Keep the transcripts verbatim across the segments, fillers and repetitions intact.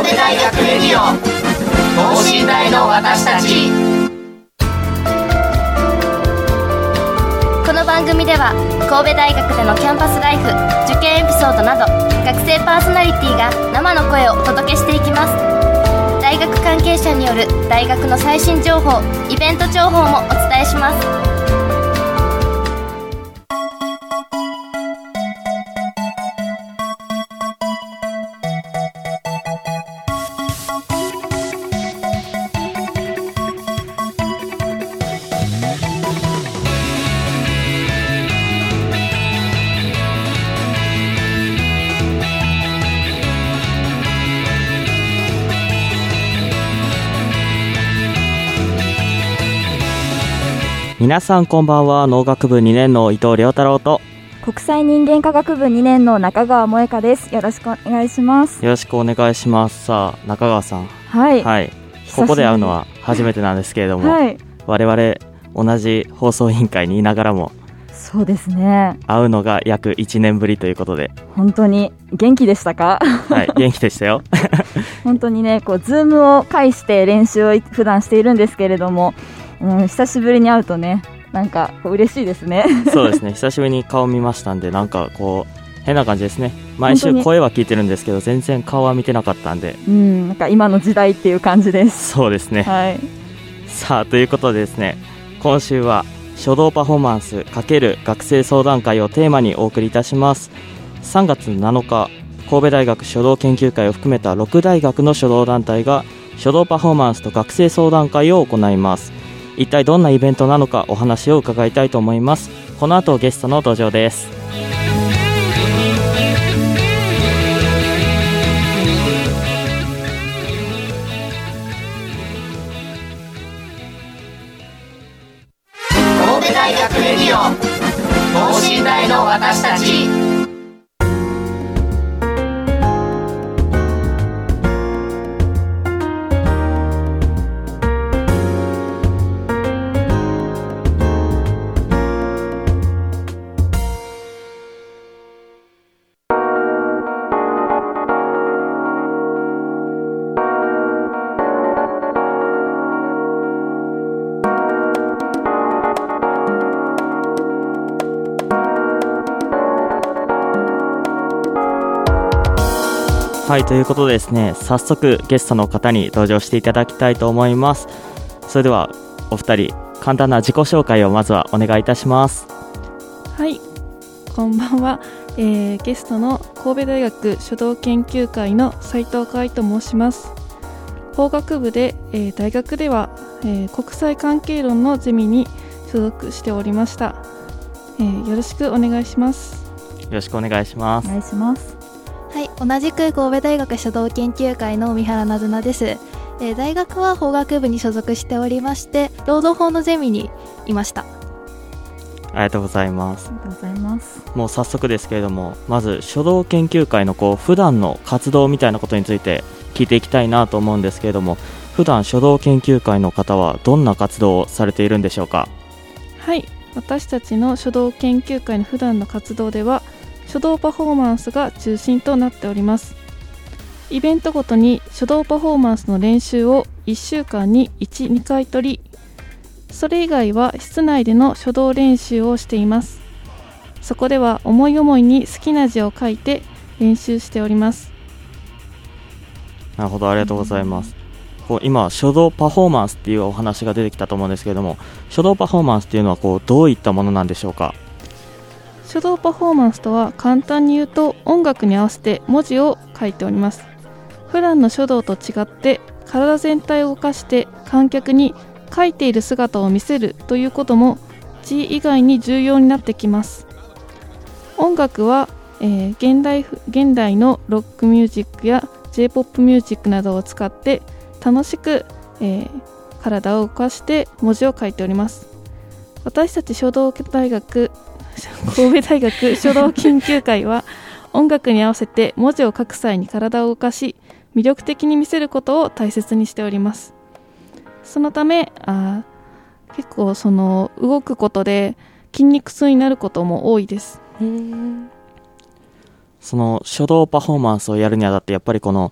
神戸大学レディオ等身大の私たち。 この番組では神戸大学でのキャンパスライフ、受験エピソードなど学生パーソナリティが生の声をお届けしていきます。大学関係者による大学の最新情報、イベント情報もお伝えします。 皆さんこんばんは。農学部にねんの伊藤亮太郎と国際人間科学部にねんの中川萌香です。よろしくお願いします。 よろしくお願いします。さあ中川さん、 はい、 はい、ここで会うのは初めてなんですけれども、はい、我々同じ放送委員会にいながらもそうですね、 会うのが約いちねんぶりということで、 本当に元気でしたか？ はい元気でしたよ本当にね、こうズームを介して練習を普段しているんですけれども、うん、久しぶりに会うとね、なんか嬉しいですね。 そうですね、久しぶりに顔見ましたんで、なんかこう変な感じですね。毎週声は聞いてるんですけど全然顔は見てなかったんで、 うん、なんか今の時代っていう感じです。 そうですね、はい、さあということでですね、今週は書道パフォーマンス×学生相談会をテーマにお送りいたします。さんがつなのか、神戸大学書道研究会を含めたろく大学の書道団体が書道パフォーマンスと学生相談会を行います。一体どんなイベントなのかお話を伺いたいと思います。この後ゲストの登場です。 神戸大学レディオ等身大の私たち。 はい、ということでですね、早速ゲストの方に登場していただきたいと思います。それではお二人、簡単な自己紹介をまずはお願いいたします。 はい、こんばんは、えー、ゲストの神戸大学書道研究会の斉藤海と申します。法学部で、えー、大学では、えー、国際関係論のゼミに所属しておりました。えー、よろしくお願いします。 よろしくお願いします。 お願いします。 はい、同じく神戸大学書道研究会の三原なずなです。えー、大学は法学部に所属しておりまして、労働法のゼミにいました。 ありがとうございます。 ありがとうございます。 もう早速ですけれども、まず書道研究会のこう普段の活動みたいなことについて聞いていきたいなと思うんですけれども、普段書道研究会の方はどんな活動をされているんでしょうか？ はい、私たちの書道研究会の普段の活動では書道パフォーマンスが中心となっております。イベントごとに書道パフォーマンスの練習をいっしゅうかんにいち、にかい取り、それ以外は室内での書道練習をしています。そこでは思い思いに好きな字を書いて練習しております。 なるほど、ありがとうございます。こう今書道パフォーマンスっていうお話が出てきたと思うんですけれども、書道パフォーマンスっていうのはこうどういったものなんでしょうか？ 書道パフォーマンスとは簡単に言うと、音楽に合わせて文字を書いております。普段の書道と違って体全体を動かして観客に書いている姿を見せるということも字以外に重要になってきます。音楽は、えー、現代、現代のロックミュージックや ジェイポップ ミュージックなどを使って楽しく、えー、体を動かして文字を書いております。私たち書道大学神戸大学書道研究会は音楽に合わせて文字を書く際に体を動かし、魅力的に見せることを大切にしております。そのためあ結構その動くことで筋肉痛になることも多いです。 へー。その書道パフォーマンスをやるにあたってやっぱりこの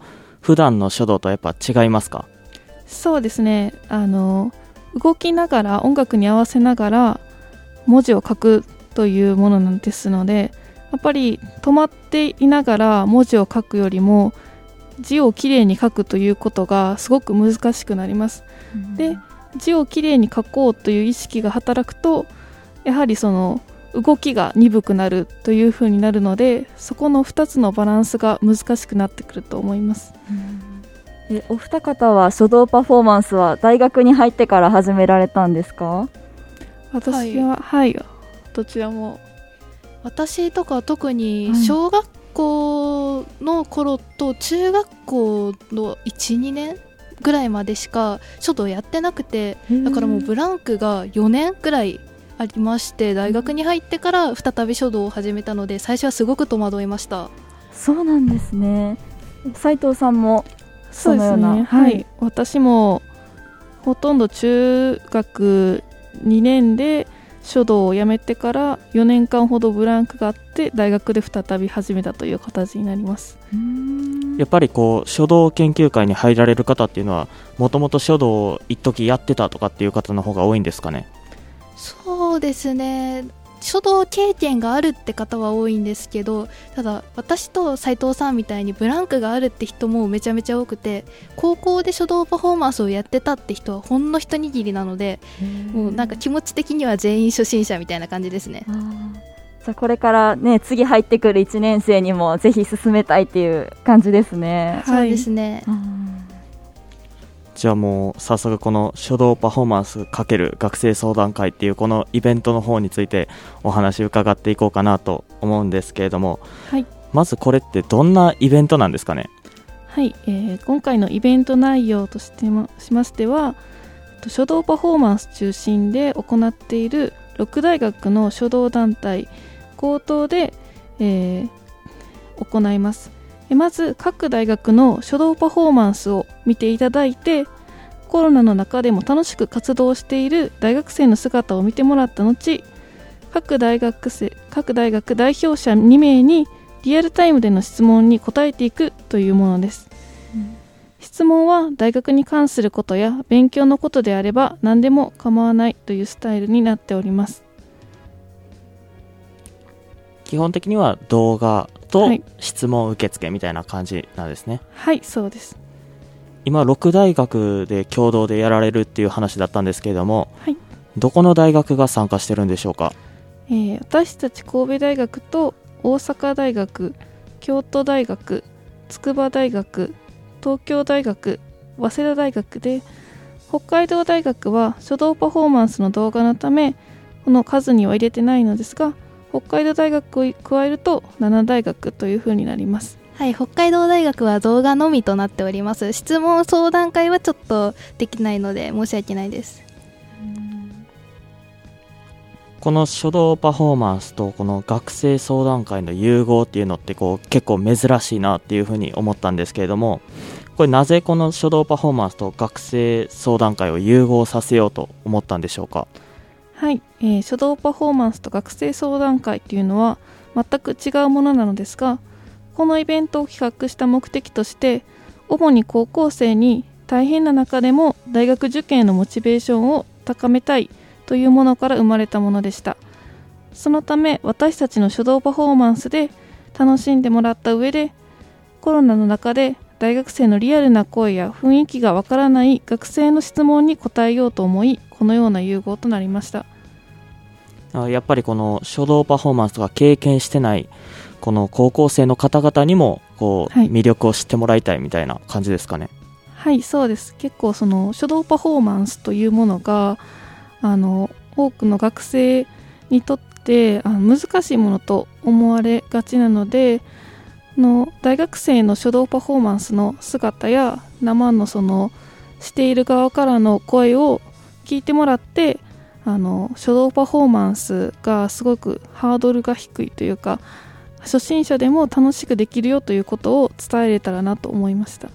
普段の書道とやっぱ違いますか？ そうですね、あの動きながら音楽に合わせながら文字を書くというものなんですので、やっぱり止まっていながら文字を書くよりも字をきれいに書くということがすごく難しくなります、うん、で字をきれいに書こうという意識が働くとやはりその動きが鈍くなるというふうになるので、そこのふたつのバランスが難しくなってくると思います、 うん、えお二方は書道パフォーマンスは大学に入ってから始められたんですか？ 私ははい、はい、どちらも。 私とか特に小学校の頃と中学校の いちにねんぐらいまでしか書道やってなくて、だからもうブランクがよねんぐらいありまして、大学に入ってから再び書道を始めたので最初はすごく戸惑いました。 そうなんですね。斉藤さんもそのような。 そうですね、はい、はい、私もほとんど中学にねんで書道をやめてからよねんかんほどブランクがあって大学で再び始めたという形になります。 うーん、やっぱりこう書道研究会に入られる方っていうのはもともと書道を一時やってたとかっていう方の方が多いんですかね？ そうですね、書道経験があるって方は多いんですけど、ただ私と斉藤さんみたいにブランクがあるって人もめちゃめちゃ多くて、高校で書道パフォーマンスをやってたって人はほんの一握りなので、もうなんか気持ち的には全員初心者みたいな感じですね。 あ、じゃあこれからね次入ってくるいちねん生にもぜひ進めたいっていう感じですね。 そうですね、はい、 じゃあもう早速この書道パフォーマンス×学生相談会っていうこのイベントの方についてお話伺っていこうかなと思うんですけれども、 はい、 まずこれってどんなイベントなんですかね？ はい、えー、今回のイベント内容としてもしましては、書道パフォーマンス中心で行っているろく大学の書道団体合同で、えー、行います。まず各大学の書道パフォーマンスを見ていただいて、コロナの中でも楽しく活動している大学生の姿を見てもらった後、各大学生各大学代表者にめいにリアルタイムでの質問に答えていくというものです、うん、質問は大学に関することや勉強のことであれば何でも構わないというスタイルになっております。 基本的には動画と質問受付みたいな感じなんですね。 はい、はい、そうです。 今ろく大学で共同でやられるっていう話だったんですけれども、 はい、 どこの大学が参加してるんでしょうか？ えー、私たち神戸大学と大阪大学、京都大学、筑波大学、東京大学、早稲田大学で、北海道大学は書道パフォーマンスの動画のためこの数には入れてないのですが、北海道大学を加えるとなな大学というふうになります。 はい、北海道大学は動画のみとなっております。質問相談会はちょっとできないので申し訳ないです。 この書道パフォーマンスとこの学生相談会の融合っていうのってこう結構珍しいなっていうふうに思ったんですけれども、これなぜこの書道パフォーマンスと学生相談会を融合させようと思ったんでしょうか？ はい、えー、書道パフォーマンスと学生相談会というのは全く違うものなのですが、このイベントを企画した目的として主に高校生に大変な中でも大学受験のモチベーションを高めたいというものから生まれたものでした。そのため私たちの書道パフォーマンスで楽しんでもらった上で、コロナの中で大学生のリアルな声や雰囲気がわからない学生の質問に答えようと思い、このような融合となりました。 やっぱりこの書道パフォーマンスが経験してないこの高校生の方々にもこう、はい、魅力を知ってもらいたいみたいな感じですかね？ はい、そうです。結構その書道パフォーマンスというものがあの多くの学生にとってあの難しいものと思われがちなので、の大学生の書道パフォーマンスの姿や生のそのしている側からの声を聞いてもらって、あの書道パフォーマンスがすごくハードルが低いというか、初心者でも楽しくできるよということを伝えれたらなと思いました。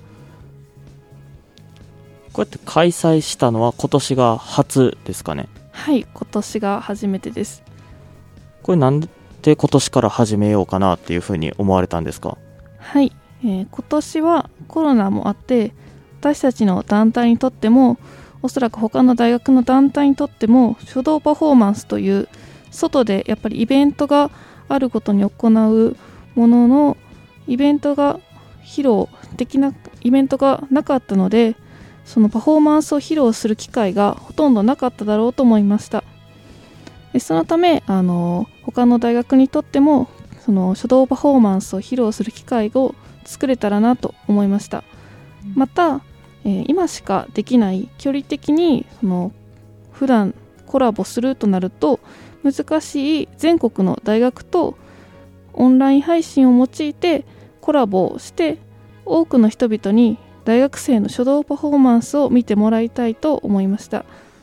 こうやって開催したのは今年が初ですかね？ はい、今年が初めてです。 これなんで今年から始めようかなっていうふうに思われたんですか？ はい、 えー、今年はコロナもあって私たちの団体にとってもおそらく他の大学の団体にとっても書道パフォーマンスという外でやっぱりイベントがあることに行うもののイベントが披露的なイベントがなかったので、そのパフォーマンスを披露する機会がほとんどなかっただろうと思いました。でそのためあの他の大学にとってもその書道パフォーマンスを披露する機会を作れたらなと思いました。また、えー、今しかできない距離的にその普段コラボするとなると難しい全国の大学とオンライン配信を用いてコラボをして多くの人々に大学生の書道パフォーマンスを見てもらいたいと思いました。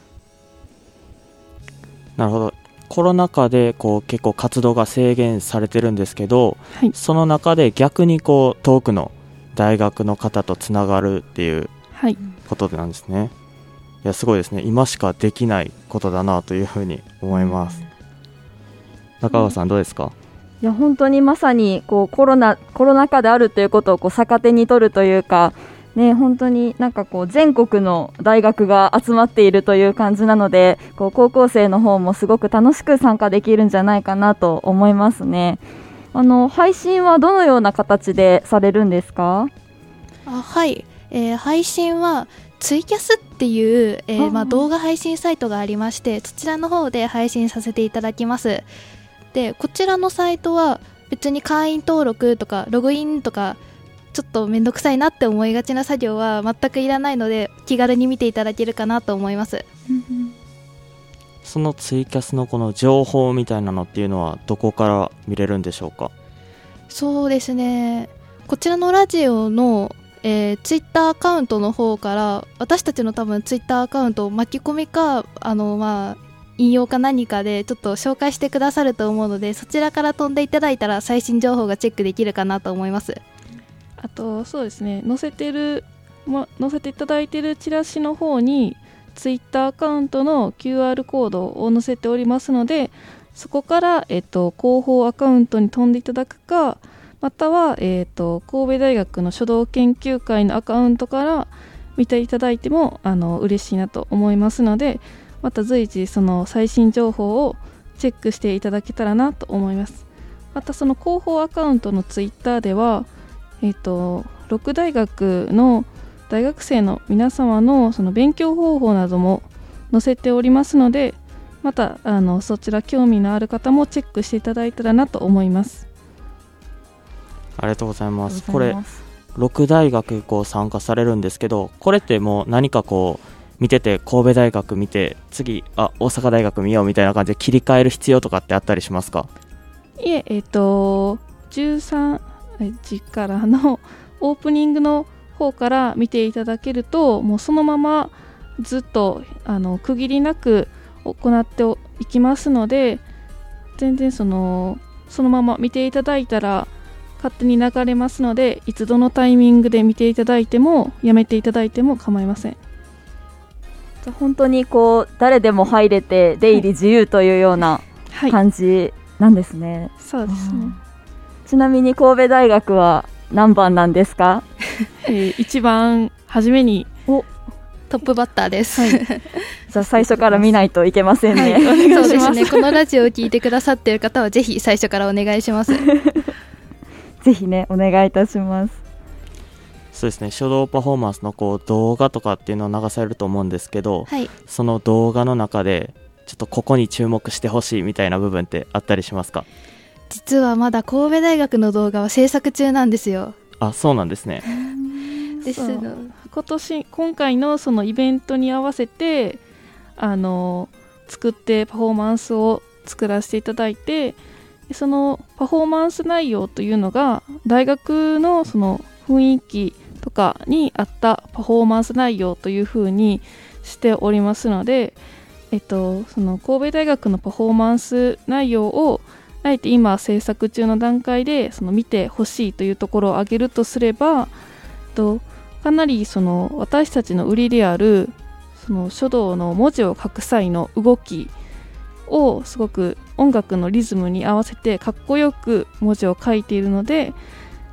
なるほど。コロナ禍でこう結構活動が制限されてるんですけど、はい、その中で逆にこう遠くの大学の方とつながるっていうことなんですね。はい、いやすごいですね。今しかできないことだなというふうに思います。中川さんどうですか？ いや本当にまさにこうコロナコロナ禍であるということをこう逆手に取るというか、ね、本当になんかこう全国の大学が集まっているという感じなので、こう高校生の方もすごく楽しく参加できるんじゃないかなと思いますね。あの配信はどのような形でされるんですか？ あはい、えー、配信はツイキャスっていう、えーまあ、動画配信サイトがありまして、そちらの方で配信させていただきます。でこちらのサイトは別に会員登録とかログインとかちょっとめんどくさいなって思いがちな作業は全くいらないので気軽に見ていただけるかなと思います。 そのツイキャスのこの情報みたいなのっていうのはどこから見れるんでしょうか？ そうですね、こちらのラジオの、えー、ツイッターアカウントの方から私たちの多分ツイッターアカウントを巻き込みかあのまあ引用か何かでちょっと紹介してくださると思うので、そちらから飛んでいただいたら最新情報がチェックできるかなと思います。 あとそうですね、載せてる、ま、載せていただいているチラシの方にツイッターアカウントの キューアール コードを載せておりますので、そこから、えっと、広報アカウントに飛んでいただくか、または、えっと、神戸大学の書道研究会のアカウントから見ていただいてもあの嬉しいなと思いますので、また随時その最新情報をチェックしていただけたらなと思います。またその広報アカウントのツイッターでは、えっと、ろく大学の大学生の皆様のその勉強方法なども載せておりますので、またあのそちら興味のある方もチェックしていただいたらなと思います。 ありがとうございます。これろく大学こう参加されるんですけど、これってもう何かこう見てて神戸大学見て次あ大阪大学見ようみたいな感じで切り替える必要とかってあったりしますか？ いえ、えっとじゅうさんじからのオープニングの方から見ていただけると、もうそのままずっとあの区切りなく行っていきますので、全然そのそのまま見ていただいたら勝手に流れますので、いつどのタイミングで見ていただいてもやめていただいても構いません。 本当にこう誰でも入れて出入り自由というような感じなんですね。はい、 そうですね。 ちなみに神戸大学は何番なんですか？ えー、一番初めにおトップバッターです。はい、 じゃあ最初から見ないといけませんね。 はい、お願いします。そうですね。このラジオを聞いてくださっている方はぜひ最初からお願いします。 ぜひねお願いいたします。 そうですね、書道パフォーマンスのこう動画とかっていうのを流されると思うんですけど、 はい、 その動画の中でちょっとここに注目してほしいみたいな部分ってあったりしますか？ 実はまだ神戸大学の動画は制作中なんですよ。 あ、そうなんですね。 ですの今年今回のそのイベントに合わせてあの作ってパフォーマンスを作らせていただいて、そのパフォーマンス内容というのが大学のその雰囲気とかに合ったパフォーマンス内容というふうにしておりますので、えっと、その神戸大学のパフォーマンス内容をあえて今制作中の段階でその見てほしいというところを挙げるとすれば、とかなりその私たちの売りであるその書道の文字を書く際の動きをすごく音楽のリズムに合わせてかっこよく文字を書いているので、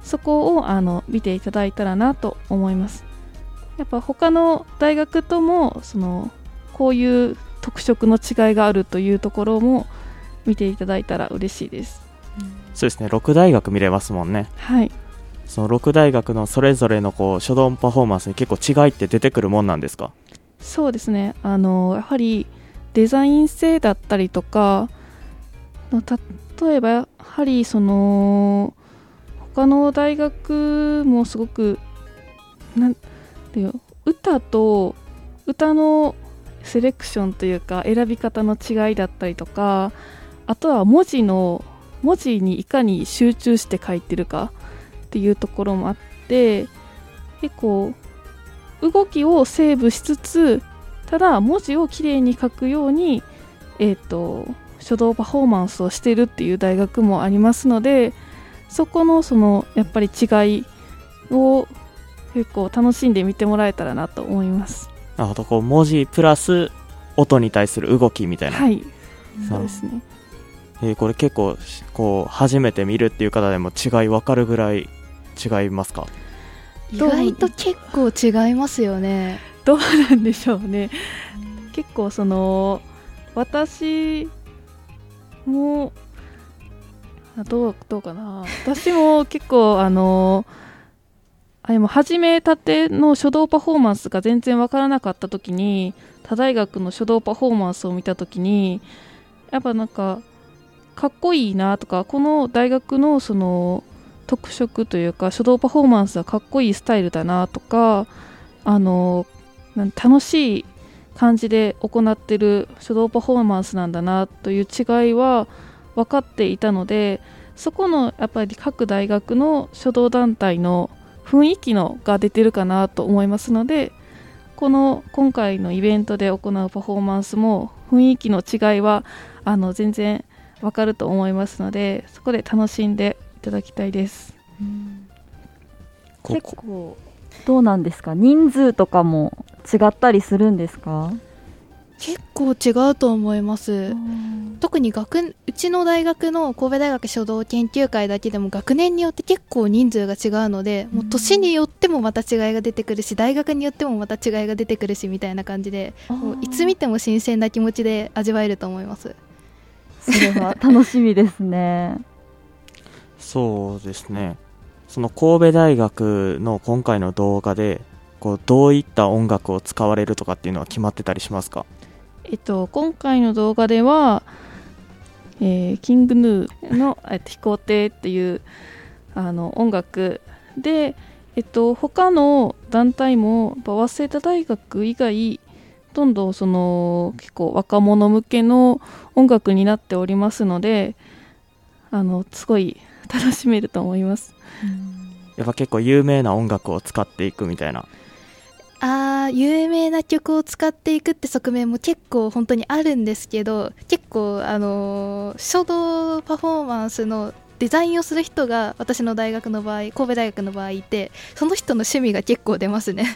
そこをあの見ていただいたらなと思います。やっぱ他の大学ともそのこういう特色の違いがあるというところも見ていただいたら嬉しいです。 そうですね、ろく大学見れますもんね。 はい。 そのろく大学のそれぞれのこう書道パフォーマンスに結構違いって出てくるもんなんですか？ そうですね、あのやはりデザイン性だったりとか、例えばやはりその他の大学もすごくなんていう歌と歌のセレクションというか選び方の違いだったりとか、あとは文字の文字にいかに集中して書いてるかっていうところもあって、結構動きをセーブしつつ、ただ文字をきれいに書くように、えーと、書道パフォーマンスをしているっていう大学もありますので、そこのそのやっぱり違いを結構楽しんで見てもらえたらなと思います。 なるほど、こう文字プラス音に対する動きみたいな。 はい、そうですね。 えー、これ結構こう初めて見るっていう方でも違い分かるぐらい違いますか？ 意外と結構違いますよね。 どうなんでしょうね。結構その私もどうどうかな。私も結構あのあれも始めたての書道パフォーマンスが全然分からなかった時に、他大学の書道パフォーマンスを見た時にやっぱなんかかっこいいなとか、この大学のその特色というか書道パフォーマンスはかっこいいスタイルだなとか、あの楽しい感じで行っている書道パフォーマンスなんだなという違いは分かっていたので、そこのやっぱり各大学の書道団体の雰囲気のが出てるかなと思いますので、この今回のイベントで行うパフォーマンスも雰囲気の違いはあの全然分かると思いますので、そこで楽しんでいただきたいです。うん、 結構どうなんですか？人数とかも違ったりするんですか？ 結構違うと思います。特に学うちの大学の神戸大学書道研究会だけでも学年によって結構人数が違うので、もう年によってもまた違いが出てくるし、大学によってもまた違いが出てくるしみたいな感じで、もういつ見ても新鮮な気持ちで味わえると思います。 それは楽しみですね。 そうですね、その神戸大学の今回の動画でこうどういった音楽を使われるとかっていうのは決まってたりしますか？ えっと、今回の動画では、えー、キングヌーの、えっと、飛行艇っていうあの音楽で、えっと、他の団体も早稲田大学以外どんどんその結構若者向けの音楽になっておりますので、あのすごい楽しめると思います。 やっぱ結構有名な音楽を使っていくみたいな。 あー、有名な曲を使っていくって側面も結構本当にあるんですけど、結構あのー、書道パフォーマンスのデザインをする人が私の大学の場合、神戸大学の場合いて、その人の趣味が結構出ますね。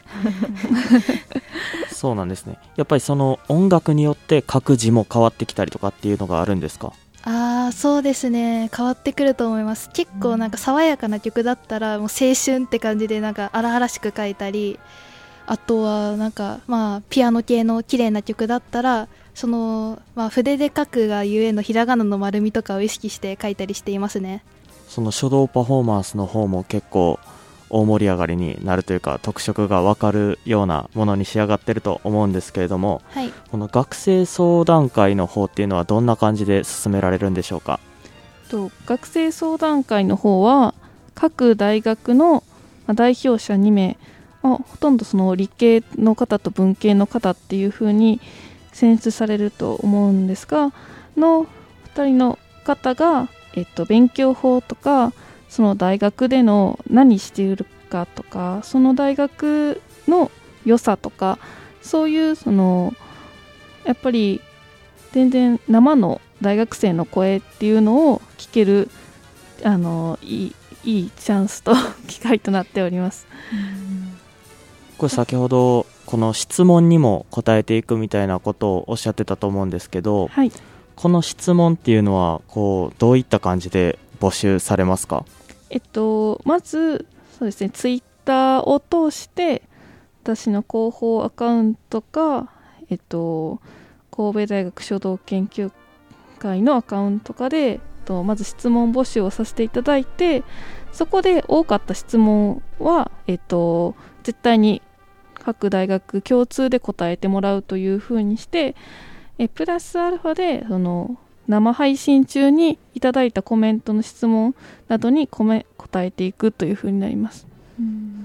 そうなんですね。やっぱりその音楽によって書く字も変わってきたりとかっていうのがあるんですか？ あー、そうですね、変わってくると思います。結構なんか爽やかな曲だったらもう青春って感じでなんか荒々しく書いたり、あとはなんかまあピアノ系の綺麗な曲だったらその、まあ、筆で書くがゆえのひらがなの丸みとかを意識して書いたりしていますね。 その書道パフォーマンスの方も結構大盛り上がりになるというか、特色が分かるようなものに仕上がってると思うんですけれども、 はい、 この学生相談会の方っていうのはどんな感じで進められるんでしょうか？ と学生相談会の方は各大学の代表者にめい、ほとんどその理系の方と文系の方っていう風に選出されると思うんですが、のふたりの方が、えっと、勉強法とかその大学での何しているかとか、その大学の良さとか、そういうそのやっぱり全然生の大学生の声っていうのを聞けるあのいい、いいチャンスと機会となっております。 これ先ほどこの質問にも答えていくみたいなことをおっしゃってたと思うんですけど、 はい、 この質問っていうのはこうどういった感じで募集されますか？ えっと、まずそうですね、ツイッターを通して私の広報アカウントか、えっと、神戸大学書道研究会のアカウントかでとまず質問募集をさせていただいて、そこで多かった質問は、えっと、絶対に各大学共通で答えてもらうというふうにして、えプラスアルファでその生配信中にいただいたコメントの質問などにコメ答えていくというふうになります。うん、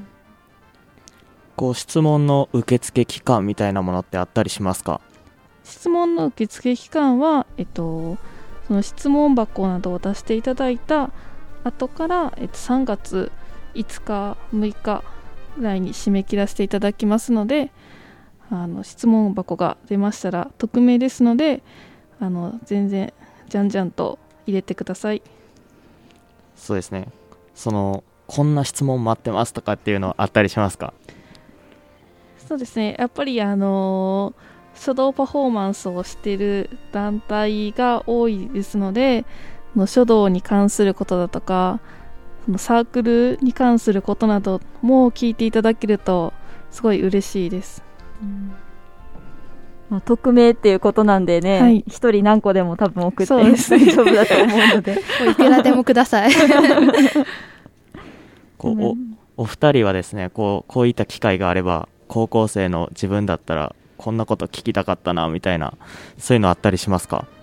こう質問の受付期間みたいなものってあったりしますか？ 質問の受付期間は、えっと、その質問箱などを出していただいた後から、えっと、さんがついつかむいかぐらいに締め切らせていただきますので、あの質問箱が出ましたら匿名ですので、あの全然じゃんじゃんと入れてください。 そうですね、そのこんな質問待ってますとかっていうのあったりしますか？ そうですね、やっぱりあのー書道パフォーマンスをしている団体が多いですので、の書道に関することだとかそのサークルに関することなども聞いていただけるとすごい嬉しいです。うん、 まあ、匿名っていうことなんでね、はい、一人何個でも多分送って大丈夫だと思うのでいくらでもくださいこう お, お二人はですね、こう、こういった機会があれば高校生の自分だったらこんなこと聞きたかったなみたいな、そういうのあったりしますか？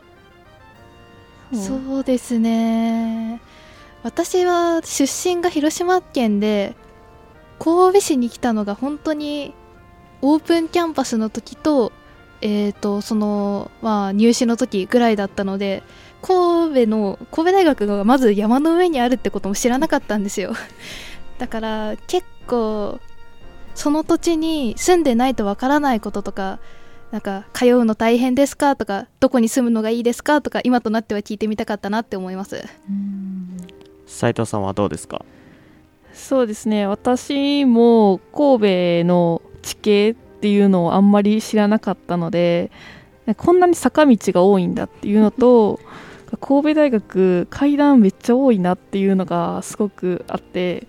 そうですね、私は出身が広島県で神戸市に来たのが本当にオープンキャンパスの時と、えーとそのまあ、入試の時ぐらいだったので、神戸の神戸大学がまず山の上にあるってことも知らなかったんですよ。だから結構その土地に住んでないとわからないこととか、なんか通うの大変ですかとか、どこに住むのがいいですかとか、今となっては聞いてみたかったなって思います。 斉藤さんはどうですか？ そうですね、私も神戸の地形っていうのをあんまり知らなかったので、こんなに坂道が多いんだっていうのと、神戸大学階段めっちゃ多いなっていうのがすごくあって、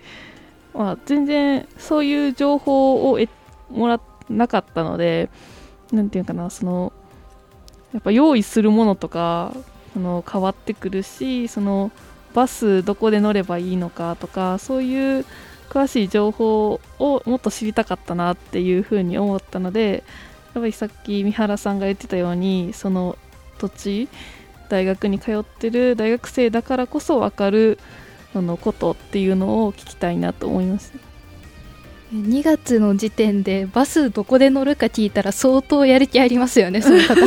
まあ、全然そういう情報を得もらなかったので、なんていうかな、そのやっぱ用意するものとかその変わってくるし、そのバスどこで乗ればいいのかとか、そういう詳しい情報をもっと知りたかったなっていうふうに思ったので、やっぱりさっき三原さんが言ってたように、その土地大学に通ってる大学生だからこそ分かるそのことっていうのを聞きたいなと思います。 にがつの時点でバスどこで乗るか聞いたら相当やる気ありますよね、その方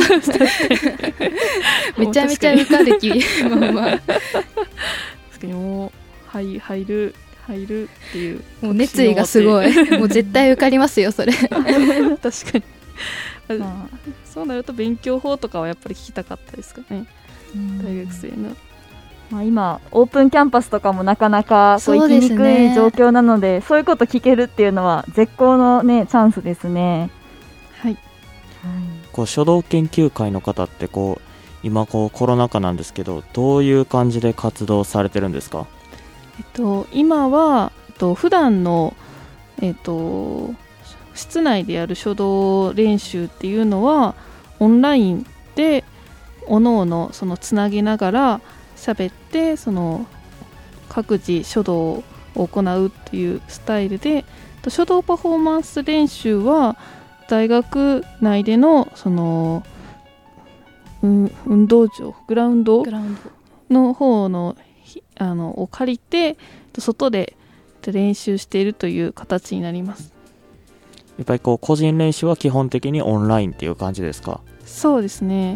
めちゃめちゃ受かる気まあまあ確かにもう入入る入るっていうもう熱意がすごいもう絶対受かりますよそれ確かに、まあ、そうなると勉強法とかはやっぱり聞きたかったですかね、大学生の。 まあ、今オープンキャンパスとかもなかなかこう行きにくい状況なので、そういうこと聞けるっていうのは絶好の、ね、チャンスですね。 はい、 こう書道研究会の方ってこう今こうコロナ禍なんですけど、どういう感じで活動されてるんですか？ えっと、今は、えっと、普段の、えっと、室内でやる書道練習っていうのはオンラインでおのおのそのつなぎながら喋って、その各自書道を行うっていうスタイルで、書道パフォーマンス練習は大学内でのその、うん、運動場グラウンドの方のあのを借りて外で練習しているという形になります。 やっぱりこう個人練習は基本的にオンラインっていう感じですか？ そうですね。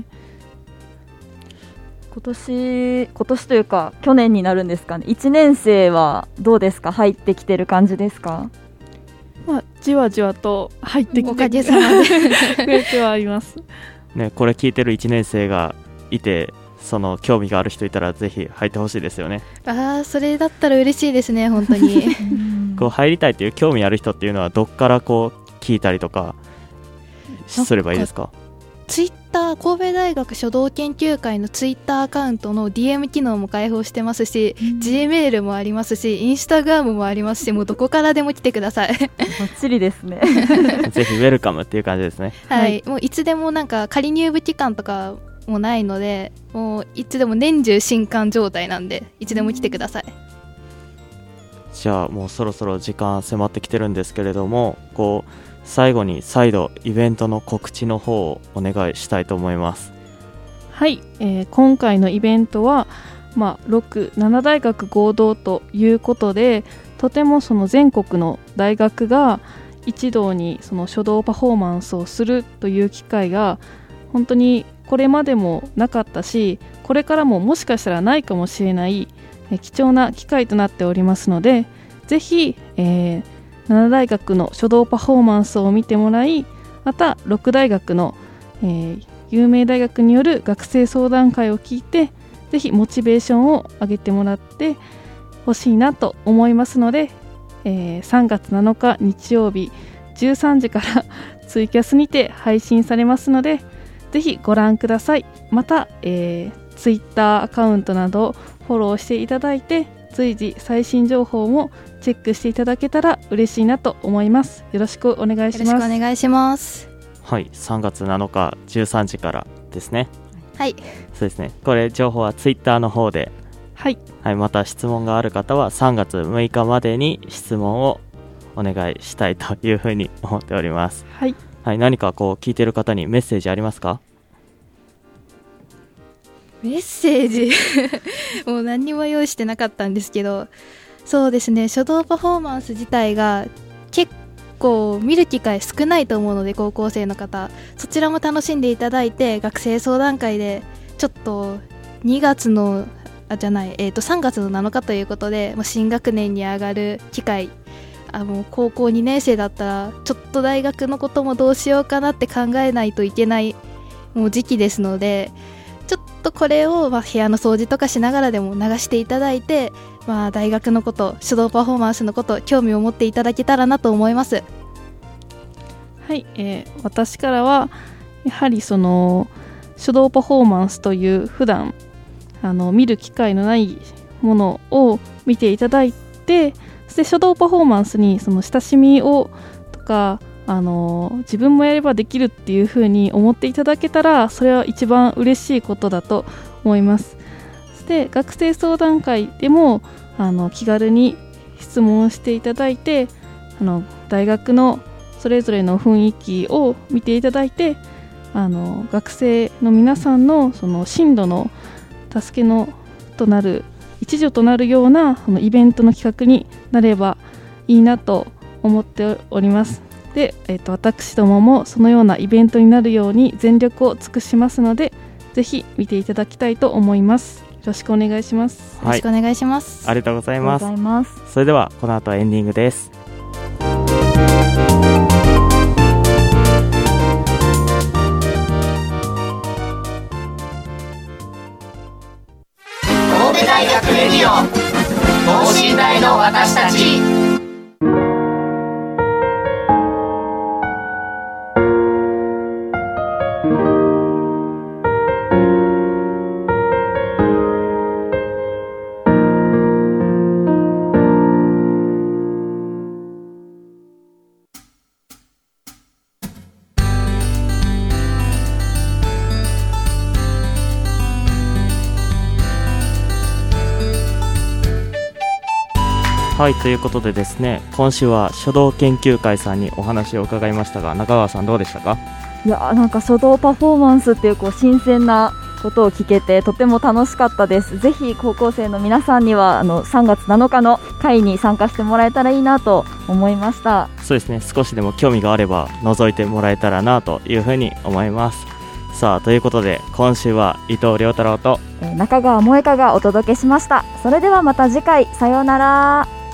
今年今年というか去年になるんですかね、いちねん生はどうですか、入ってきてる感じですか？ まあ、じわじわと入ってきておかげさまで増えてはありますね。これ聞いてるいちねん生がいて、その興味がある人いたらぜひ入ってほしいですよね。 ああ、それだったら嬉しいですね、本当にこう入りたいという興味ある人っていうのはどっからこう聞いたりとかすればいいですか？ ツイッター神戸大学書道研究会のツイッターアカウントの ディーエム 機能も開放してますし、うん、G メールもありますし、インスタグラムもありますし、もうどこからでも来てください。バッチリですね。 ぜひウェルカムっていう感じですね。 はい、はい、もういつでもなんか仮入部期間とかもないので、もういつでも年中新刊状態なんで、いつでも来てください。 じゃあもうそろそろ時間迫ってきてるんですけれども、こう最後に再度イベントの告知の方をお願いしたいと思います。 はい、えー、今回のイベントは、まあ、ろく、なな大学合同ということで、とてもその全国の大学が一堂にその書道パフォーマンスをするという機会が本当にこれまでもなかったし、これからももしかしたらないかもしれない貴重な機会となっておりますので、ぜひ、えー、なな大学の書道パフォーマンスを見てもらい、またろく大学の、えー、有名大学による学生相談会を聞いて、ぜひモチベーションを上げてもらってほしいなと思いますので、えー、さんがつなのか日曜日じゅうさんじからツイキャスにて配信されますので、ぜひご覧ください。また、えー、ツイッターアカウントなどフォローしていただいて、随時最新情報もチェックしていただけたら嬉しいなと思います。よろしくお願いします。 よろしくお願いします。 はい、さんがつなのかじゅうさんじからですね。 はい、 そうですね。これ情報はツイッターの方で、 はい、 はい、また質問がある方はさんがつむいかまでに質問をお願いしたいというふうに思っております。 はい、 はい、何かこう聞いている方にメッセージありますか？ メッセージもう何にも用意してなかったんですけど、そうですね、書道パフォーマンス自体が結構見る機会少ないと思うので、高校生の方そちらも楽しんでいただいて、学生相談会でちょっとにがつのあじゃない、えー、とさんがつのなのかということで、もう新学年に上がる機会、あもう高校にねん生だったらちょっと大学のこともどうしようかなって考えないといけないもう時期ですので、ちょっとこれをまあ部屋の掃除とかしながらでも流していただいて、まあ、大学のこと、書道パフォーマンスのこと、興味を持っていただけたらなと思います。 はい、えー、私からはやはりその書道パフォーマンスという普段あの見る機会のないものを見ていただいて、そして書道パフォーマンスにその親しみをとか、あの自分もやればできるっていう風に思っていただけたら、それは一番嬉しいことだと思います。そして学生相談会でもあの気軽に質問をしていただいて、あの大学のそれぞれの雰囲気を見ていただいて、あの学生の皆さんのその進路の助けのとなる一助となるようなこのイベントの企画になればいいなと思っております。で、えーと、私どももそのようなイベントになるように全力を尽くしますので、ぜひ見ていただきたいと思います。よろしくお願いします。 はい、 よろしくお願いします。 ありがとうございます。 ありがとうございます。 それではこの後はエンディングです。 神戸大学レディオ等身大の私たち。 はい、ということでですね、今週は書道研究会さんにお話を伺いましたが、中川さんどうでしたか？ いやなんか書道パフォーマンスっていう、こう新鮮なことを聞けてとても楽しかったです。ぜひ高校生の皆さんにはあのさんがつなのかの会に参加してもらえたらいいなと思いました。 そうですね、少しでも興味があれば覗いてもらえたらなというふうに思います。さあ、ということで今週は伊藤亮太郎と中川萌香がお届けしました。それではまた次回、さようなら。